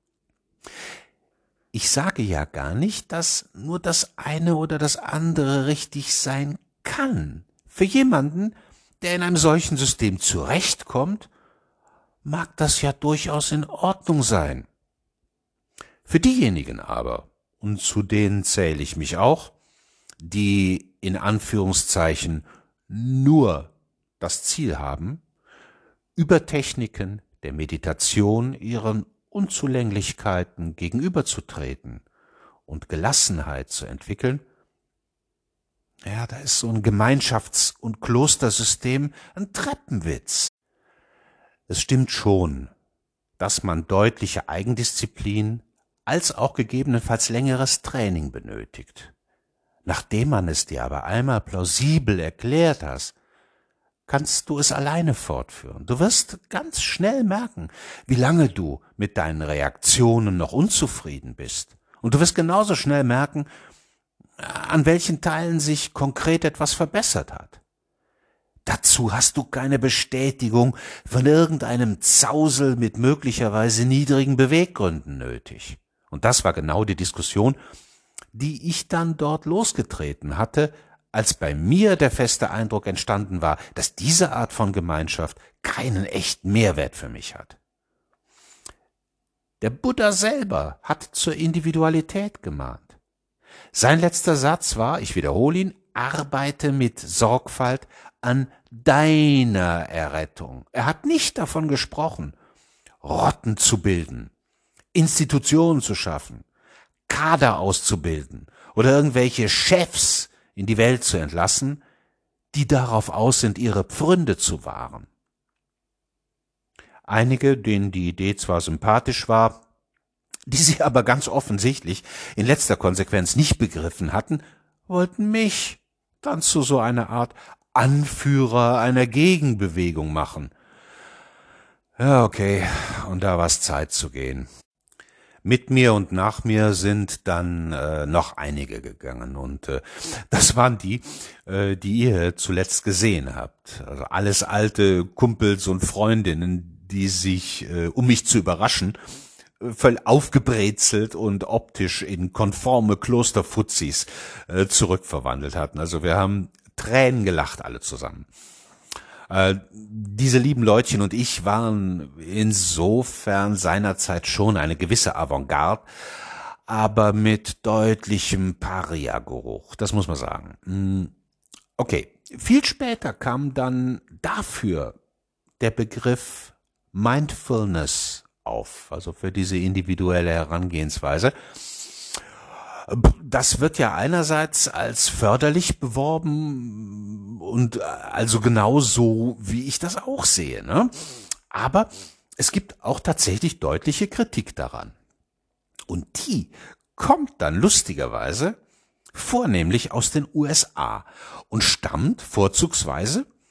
[SPEAKER 1] Ich sage ja gar nicht, dass nur das eine oder das andere richtig sein kann. Für jemanden, der in einem solchen System zurechtkommt, mag das ja durchaus in Ordnung sein. Für diejenigen aber, und zu denen zähle ich mich auch, die in Anführungszeichen nur das Ziel haben, über Techniken der Meditation ihren Unzulänglichkeiten gegenüberzutreten und Gelassenheit zu entwickeln, ja, da ist so ein Gemeinschafts- und Klostersystem ein Treppenwitz. Es stimmt schon, dass man deutliche Eigendisziplin als auch gegebenenfalls längeres Training benötigt. Nachdem man es dir aber einmal plausibel erklärt hast, kannst du es alleine fortführen. Du wirst ganz schnell merken, wie lange du mit deinen Reaktionen noch unzufrieden bist. Und du wirst genauso schnell merken, an welchen Teilen sich konkret etwas verbessert hat. Dazu hast du keine Bestätigung von irgendeinem Zausel mit möglicherweise niedrigen Beweggründen nötig. Und das war genau die Diskussion, die ich dann dort losgetreten hatte, als bei mir der feste Eindruck entstanden war, dass diese Art von Gemeinschaft keinen echten Mehrwert für mich hat. Der Buddha selber hat zur Individualität gemahnt. Sein letzter Satz war, ich wiederhole ihn, arbeite mit Sorgfalt an deiner Errettung. Er hat nicht davon gesprochen, Rotten zu bilden, Institutionen zu schaffen, Kader auszubilden oder irgendwelche Chefs in die Welt zu entlassen, die darauf aus sind, ihre Pfründe zu wahren. Einige, denen die Idee zwar sympathisch war, die sie aber ganz offensichtlich in letzter Konsequenz nicht begriffen hatten, wollten mich dann zu so einer Art Anführer einer Gegenbewegung machen. Ja, okay, und da war es Zeit zu gehen. Mit mir und nach mir sind dann äh, noch einige gegangen, und äh, das waren die, äh, die ihr zuletzt gesehen habt. Also alles alte Kumpels und Freundinnen, die sich, äh, um mich zu überraschen, voll aufgebrezelt und optisch in konforme Klosterfuzis äh, zurückverwandelt hatten. Also wir haben Tränen gelacht, alle zusammen. Äh, diese lieben Leutchen und ich waren insofern seinerzeit schon eine gewisse Avantgarde, aber mit deutlichem Paria-Geruch, das muss man sagen. Okay, viel später kam dann dafür der Begriff Mindfulness auf, also für diese individuelle Herangehensweise. Das wird ja einerseits als förderlich beworben und also genau so, wie ich das auch sehe, ne? Aber es gibt auch tatsächlich deutliche Kritik daran. Und die kommt dann lustigerweise vornehmlich aus den U S A und stammt vorzugsweise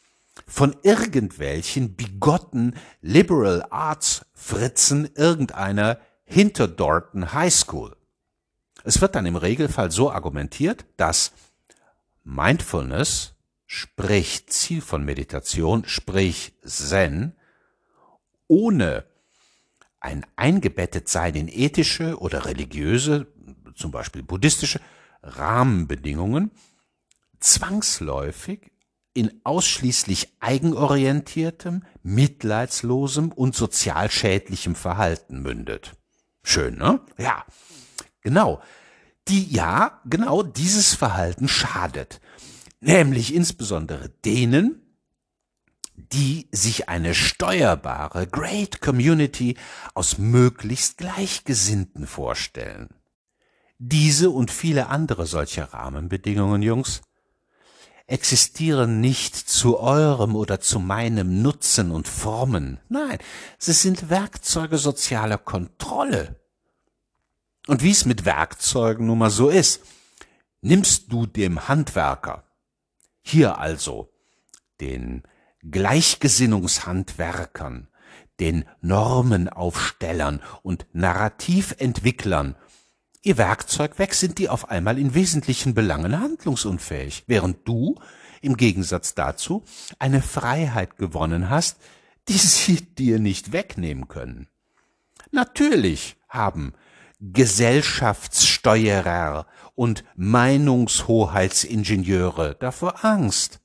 [SPEAKER 1] von irgendwelchen bigotten Liberal Arts Fritzen irgendeiner Hinterdorton High School. Es wird dann im Regelfall so argumentiert, dass Mindfulness, sprich Ziel von Meditation, sprich Zen, ohne ein Eingebettetsein in ethische oder religiöse, zum Beispiel buddhistische Rahmenbedingungen, zwangsläufig in ausschließlich eigenorientiertem, mitleidslosem und sozial schädlichem Verhalten mündet. Schön, ne? Ja, genau. Die, ja, genau dieses Verhalten schadet. Nämlich insbesondere denen, die sich eine steuerbare Great Community aus möglichst Gleichgesinnten vorstellen. Diese und viele andere solche Rahmenbedingungen, Jungs, existieren nicht zu eurem oder zu meinem Nutzen und Formen. Nein, sie sind Werkzeuge sozialer Kontrolle. Und wie es mit Werkzeugen nun mal so ist, nimmst du dem Handwerker, hier also den Gleichgesinnungshandwerkern, den Normenaufstellern und Narrativentwicklern ihr Werkzeug weg, sind die auf einmal in wesentlichen Belangen handlungsunfähig, während du im Gegensatz dazu eine Freiheit gewonnen hast, die sie dir nicht wegnehmen können. Natürlich haben Gesellschaftssteuerer und Meinungshoheitsingenieure davor Angst.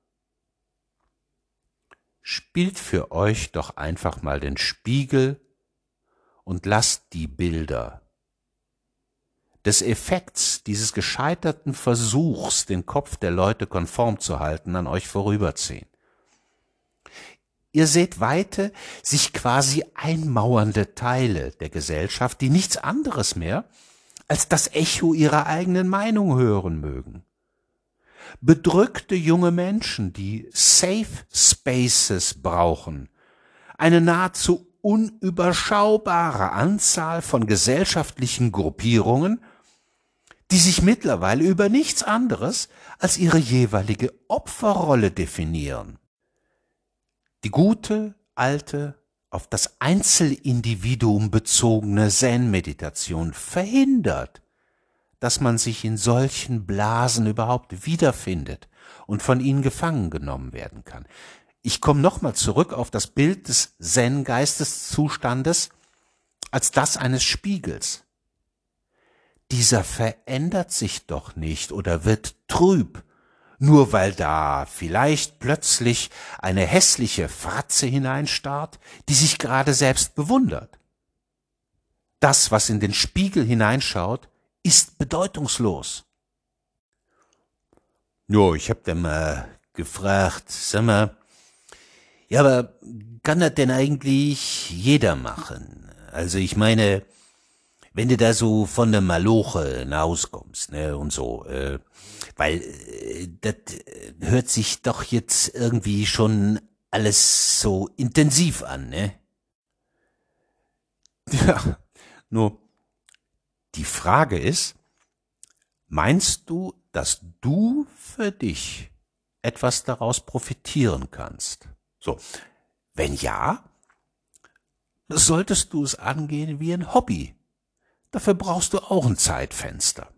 [SPEAKER 1] Spielt für euch doch einfach mal den Spiegel und lasst die Bilder des Effekts dieses gescheiterten Versuchs, den Kopf der Leute konform zu halten, an euch vorüberziehen. Ihr seht weite, sich quasi einmauernde Teile der Gesellschaft, die nichts anderes mehr als das Echo ihrer eigenen Meinung hören mögen. Bedrückte junge Menschen, die Safe Spaces brauchen, eine nahezu unüberschaubare Anzahl von gesellschaftlichen Gruppierungen, die sich mittlerweile über nichts anderes als ihre jeweilige Opferrolle definieren. Die gute, alte, auf das Einzelindividuum bezogene Zen-Meditation verhindert, dass man sich in solchen Blasen überhaupt wiederfindet und von ihnen gefangen genommen werden kann. Ich komme nochmal zurück auf das Bild des Zen-Geisteszustandes als das eines Spiegels. Dieser verändert sich doch nicht oder wird trüb, nur weil da vielleicht plötzlich eine hässliche Fratze hineinstarrt, die sich gerade selbst bewundert. Das, was in den Spiegel hineinschaut, ist bedeutungslos. Jo, ich hab dann mal gefragt, sag mal, ja, aber kann das denn eigentlich jeder machen? Also ich meine, wenn du da so von der Maloche nach Hause kommst, ne, und so, äh, weil äh, das hört sich doch jetzt irgendwie schon alles so intensiv an, ne? Ja, nur die Frage ist, meinst du, dass du für dich etwas daraus profitieren kannst? So, wenn ja, solltest du es angehen wie ein Hobby. Dafür brauchst du auch ein Zeitfenster.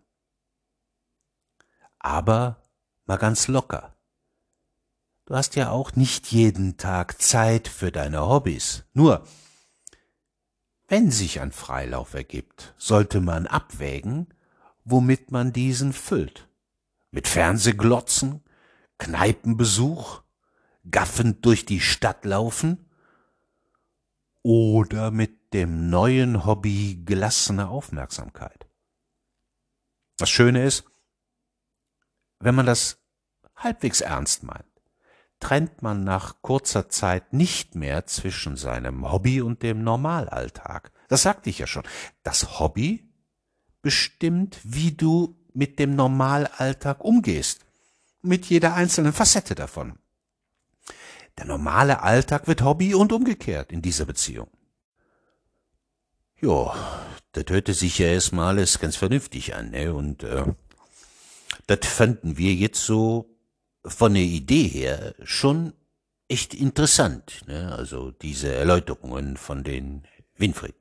[SPEAKER 1] Aber mal ganz locker. Du hast ja auch nicht jeden Tag Zeit für deine Hobbys. Nur, wenn sich ein Freilauf ergibt, sollte man abwägen, womit man diesen füllt. Mit Fernsehglotzen, Kneipenbesuch, gaffend durch die Stadt laufen oder mit dem neuen Hobby gelassene Aufmerksamkeit. Das Schöne ist, wenn man das halbwegs ernst meint, trennt man nach kurzer Zeit nicht mehr zwischen seinem Hobby und dem Normalalltag. Das sagte ich ja schon. Das Hobby bestimmt, wie du mit dem Normalalltag umgehst, mit jeder einzelnen Facette davon. Der normale Alltag wird Hobby und umgekehrt in dieser Beziehung. Jo, das hörte sich ja erstmal alles ganz vernünftig an, ne? Und äh, das fanden wir jetzt so von der Idee her schon echt interessant, ne? Also diese Erläuterungen von den Winfried.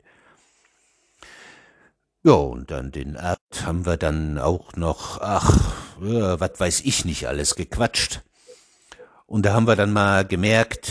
[SPEAKER 1] Ja, und an den Abend haben wir dann auch noch, ach, ja, was weiß ich nicht alles gequatscht. Und da haben wir dann mal gemerkt,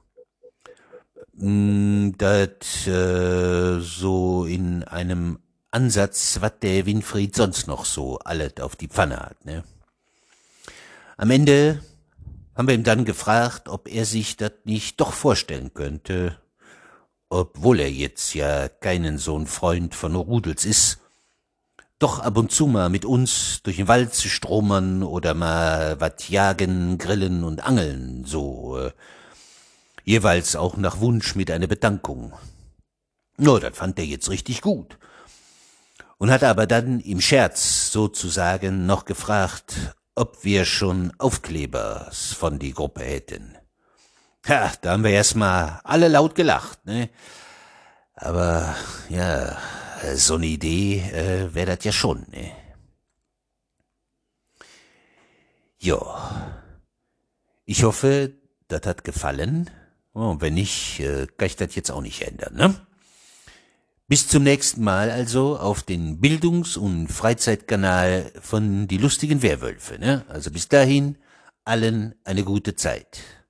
[SPEAKER 1] dass äh, so in einem Ansatz, was der Winfried sonst noch so alles auf die Pfanne hat, ne? Am Ende haben wir ihm dann gefragt, ob er sich das nicht doch vorstellen könnte, obwohl er jetzt ja keinen so ein Freund von Rudels ist, doch ab und zu mal mit uns durch den Wald zu stromern oder mal wat jagen, grillen und angeln, so äh, jeweils auch nach Wunsch mit einer Bedankung. No, das fand er jetzt richtig gut. Und hat aber dann im Scherz sozusagen noch gefragt, ob wir schon Aufklebers von die Gruppe hätten. Ha, da haben wir erstmal alle laut gelacht, ne? Aber ja, so eine Idee äh, wäre das ja schon, ne? Ja, ich hoffe, das hat gefallen. Oh, wenn nicht, äh, kann ich das jetzt auch nicht ändern, ne? Bis zum nächsten Mal also auf den Bildungs- und Freizeitkanal von die lustigen Werwölfe, ne? Also bis dahin, allen eine gute Zeit.